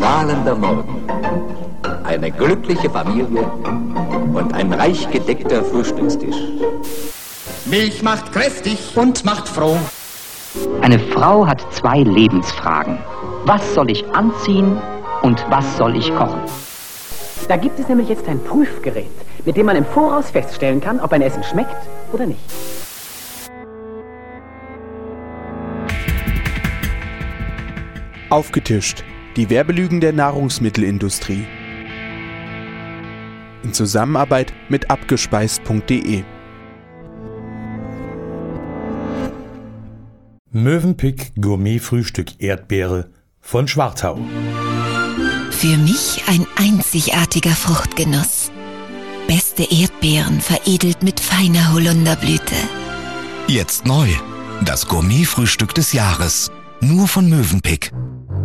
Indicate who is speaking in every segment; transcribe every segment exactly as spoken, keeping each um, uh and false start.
Speaker 1: strahlender Morgen, eine glückliche Familie und ein reich gedeckter Frühstückstisch.
Speaker 2: Milch macht kräftig und macht froh.
Speaker 3: Eine Frau hat zwei Lebensfragen. Was soll ich anziehen und was soll ich kochen?
Speaker 4: Da gibt es nämlich jetzt ein Prüfgerät, mit dem man im Voraus feststellen kann, ob ein Essen schmeckt oder nicht.
Speaker 5: Aufgetischt. Die Werbelügen der Nahrungsmittelindustrie. In Zusammenarbeit mit abgespeist punkt de.
Speaker 6: Mövenpick Gourmet-Frühstück Erdbeere von Schwartau.
Speaker 7: Für mich ein einzigartiger Fruchtgenuss. Beste Erdbeeren veredelt mit feiner Holunderblüte.
Speaker 8: Jetzt neu. Das Gourmet-Frühstück des Jahres. Nur von Mövenpick.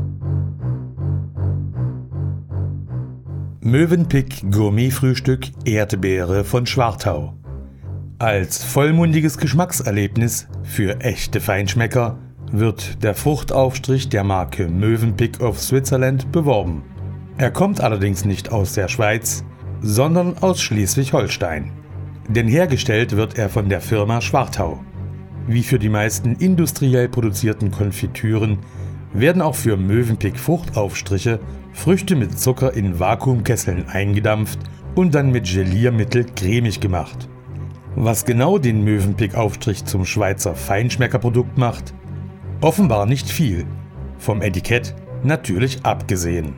Speaker 6: Mövenpick Gourmet-Frühstück Erdbeere von Schwartau. Als vollmundiges Geschmackserlebnis für echte Feinschmecker wird der Fruchtaufstrich der Marke Mövenpick of Switzerland beworben. Er kommt allerdings nicht aus der Schweiz, sondern aus Schleswig-Holstein. Denn hergestellt wird er von der Firma Schwartau. Wie für die meisten industriell produzierten Konfitüren werden auch für Mövenpick Fruchtaufstriche Früchte mit Zucker in Vakuumkesseln eingedampft und dann mit Geliermittel cremig gemacht. Was genau den Mövenpick-Aufstrich zum Schweizer Feinschmeckerprodukt macht? Offenbar nicht viel, vom Etikett natürlich abgesehen.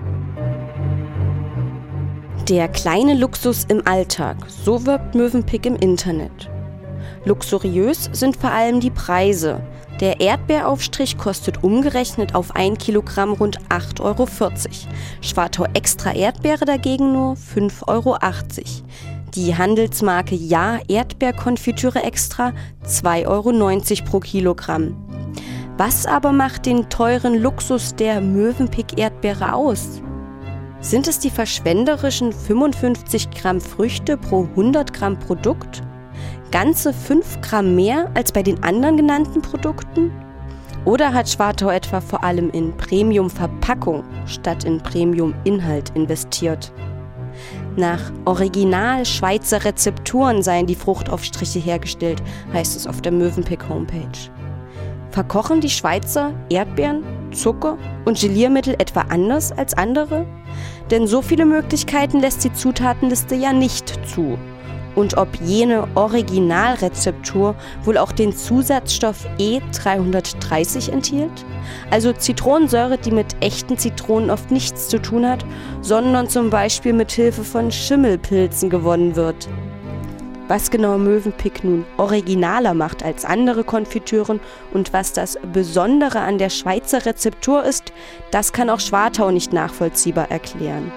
Speaker 9: Der kleine Luxus im Alltag, so wirbt Mövenpick im Internet. Luxuriös sind vor allem die Preise. Der Erdbeeraufstrich kostet umgerechnet auf ein Kilogramm rund acht Euro vierzig. Schwartau Extra Erdbeere dagegen nur fünf Euro achtzig. Die Handelsmarke Ja Erdbeerkonfitüre Extra zwei Euro neunzig pro Kilogramm. Was aber macht den teuren Luxus der Mövenpick Erdbeere aus? Sind es die verschwenderischen fünfundfünfzig Gramm Früchte pro hundert Gramm Produkt? Ganze fünf Gramm mehr als bei den anderen genannten Produkten? Oder hat Schwartau etwa vor allem in Premium-Verpackung statt in Premium-Inhalt investiert? Nach Original Schweizer Rezepturen seien die Fruchtaufstriche hergestellt, heißt es auf der Mövenpick Homepage. Verkochen die Schweizer Erdbeeren, Zucker und Geliermittel etwa anders als andere? Denn so viele Möglichkeiten lässt die Zutatenliste ja nicht zu. Und ob jene Originalrezeptur wohl auch den Zusatzstoff E dreihundertdreißig enthielt? Also Zitronensäure, die mit echten Zitronen oft nichts zu tun hat, sondern zum Beispiel mit Hilfe von Schimmelpilzen gewonnen wird. Was genau Mövenpick nun originaler macht als andere Konfitüren und was das Besondere an der Schweizer Rezeptur ist, das kann auch Schwartau nicht nachvollziehbar erklären.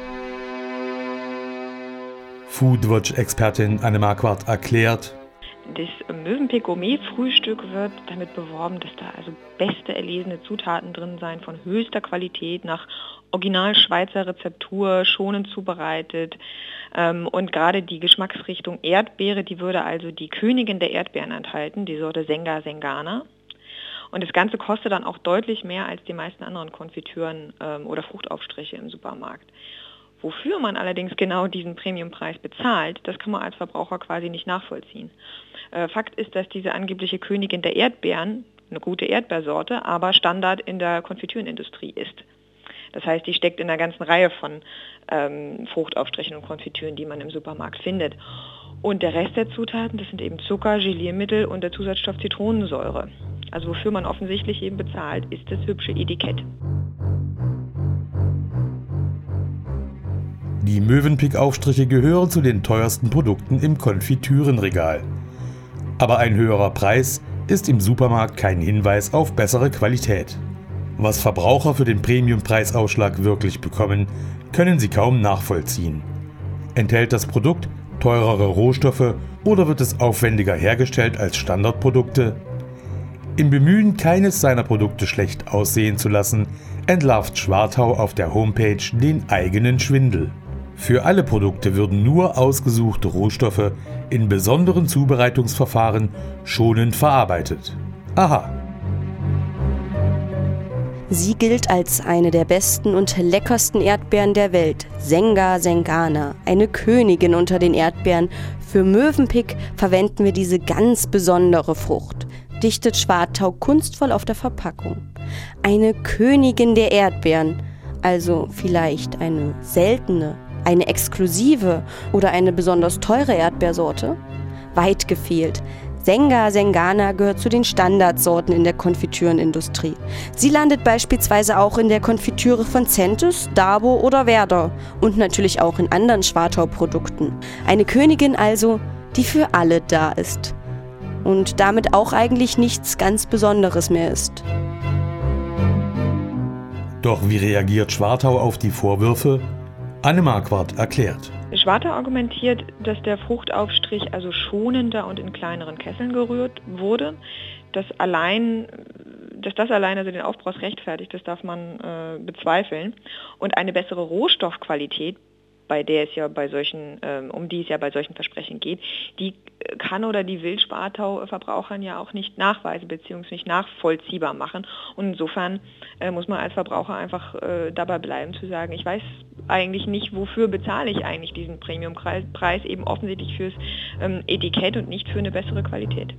Speaker 6: Foodwatch-Expertin Anne Marquardt erklärt:
Speaker 10: Das Mövenpick Gourmet-Frühstück wird damit beworben, dass da also beste erlesene Zutaten drin seien, von höchster Qualität, nach Original Schweizer Rezeptur, schonend zubereitet. Und gerade die Geschmacksrichtung Erdbeere, die würde also die Königin der Erdbeeren enthalten, die Sorte Senga Sengana. Und das Ganze kostet dann auch deutlich mehr als die meisten anderen Konfitüren oder Fruchtaufstriche im Supermarkt. Wofür man allerdings genau diesen Premiumpreis bezahlt, das kann man als Verbraucher quasi nicht nachvollziehen. Äh, Fakt ist, dass diese angebliche Königin der Erdbeeren, eine gute Erdbeersorte, aber Standard in der Konfitürenindustrie ist. Das heißt, die steckt in einer ganzen Reihe von ähm, Fruchtaufstrichen und Konfitüren, die man im Supermarkt findet. Und der Rest der Zutaten, das sind eben Zucker, Geliermittel und der Zusatzstoff Zitronensäure. Also wofür man offensichtlich eben bezahlt, ist das hübsche Etikett.
Speaker 6: Die Mövenpick-Aufstriche gehören zu den teuersten Produkten im Konfitürenregal. Aber ein höherer Preis ist im Supermarkt kein Hinweis auf bessere Qualität. Was Verbraucher für den Premiumpreisausschlag wirklich bekommen, können sie kaum nachvollziehen. Enthält das Produkt teurere Rohstoffe oder wird es aufwendiger hergestellt als Standardprodukte? Im Bemühen, keines seiner Produkte schlecht aussehen zu lassen, entlarvt Schwartau auf der Homepage den eigenen Schwindel. Für alle Produkte würden nur ausgesuchte Rohstoffe in besonderen Zubereitungsverfahren schonend verarbeitet. Aha!
Speaker 9: Sie gilt als eine der besten und leckersten Erdbeeren der Welt. Senga Sengana, eine Königin unter den Erdbeeren. Für Mövenpick verwenden wir diese ganz besondere Frucht, dichtet Schwartau kunstvoll auf der Verpackung. Eine Königin der Erdbeeren, also vielleicht eine seltene, eine exklusive oder eine besonders teure Erdbeersorte? Weit gefehlt. Senga Sengana gehört zu den Standardsorten in der Konfitürenindustrie. Sie landet beispielsweise auch in der Konfitüre von Zentes, Dabo oder Werder und natürlich auch in anderen Schwartau-Produkten. Eine Königin also, die für alle da ist und damit auch eigentlich nichts ganz Besonderes mehr ist.
Speaker 6: Doch wie reagiert Schwartau auf die Vorwürfe? Anne Marquardt erklärt.
Speaker 10: Schwartau argumentiert, dass der Fruchtaufstrich also schonender und in kleineren Kesseln gerührt wurde. Das allein, dass das allein also den Aufbrauch rechtfertigt, das darf man äh, bezweifeln. Und eine bessere Rohstoffqualität, bei der es ja bei solchen, ähm, um die es ja bei solchen Versprechen geht, die kann oder die will Schwartau Verbrauchern ja auch nicht nachweisen bzw. nicht nachvollziehbar machen. Und insofern äh, muss man als Verbraucher einfach äh, dabei bleiben zu sagen, ich weiß eigentlich nicht, wofür bezahle ich eigentlich diesen Premiumpreis, eben offensichtlich fürs ähm, Etikett und nicht für eine bessere Qualität.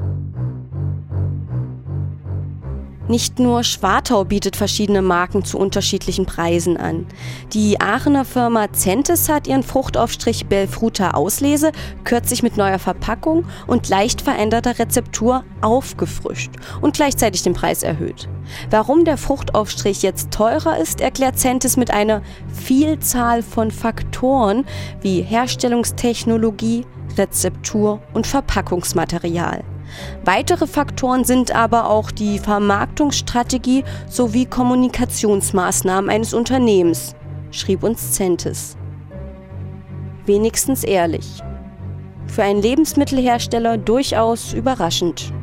Speaker 9: Nicht nur Schwartau bietet verschiedene Marken zu unterschiedlichen Preisen an. Die Aachener Firma Zentes hat ihren Fruchtaufstrich Belfruta Auslese kürzlich mit neuer Verpackung und leicht veränderter Rezeptur aufgefrischt und gleichzeitig den Preis erhöht. Warum der Fruchtaufstrich jetzt teurer ist, erklärt Zentes mit einer Vielzahl von Faktoren wie Herstellungstechnologie, Rezeptur und Verpackungsmaterial. Weitere Faktoren sind aber auch die Vermarktungsstrategie sowie Kommunikationsmaßnahmen eines Unternehmens, schrieb uns Zentes. Wenigstens ehrlich. Für einen Lebensmittelhersteller durchaus überraschend.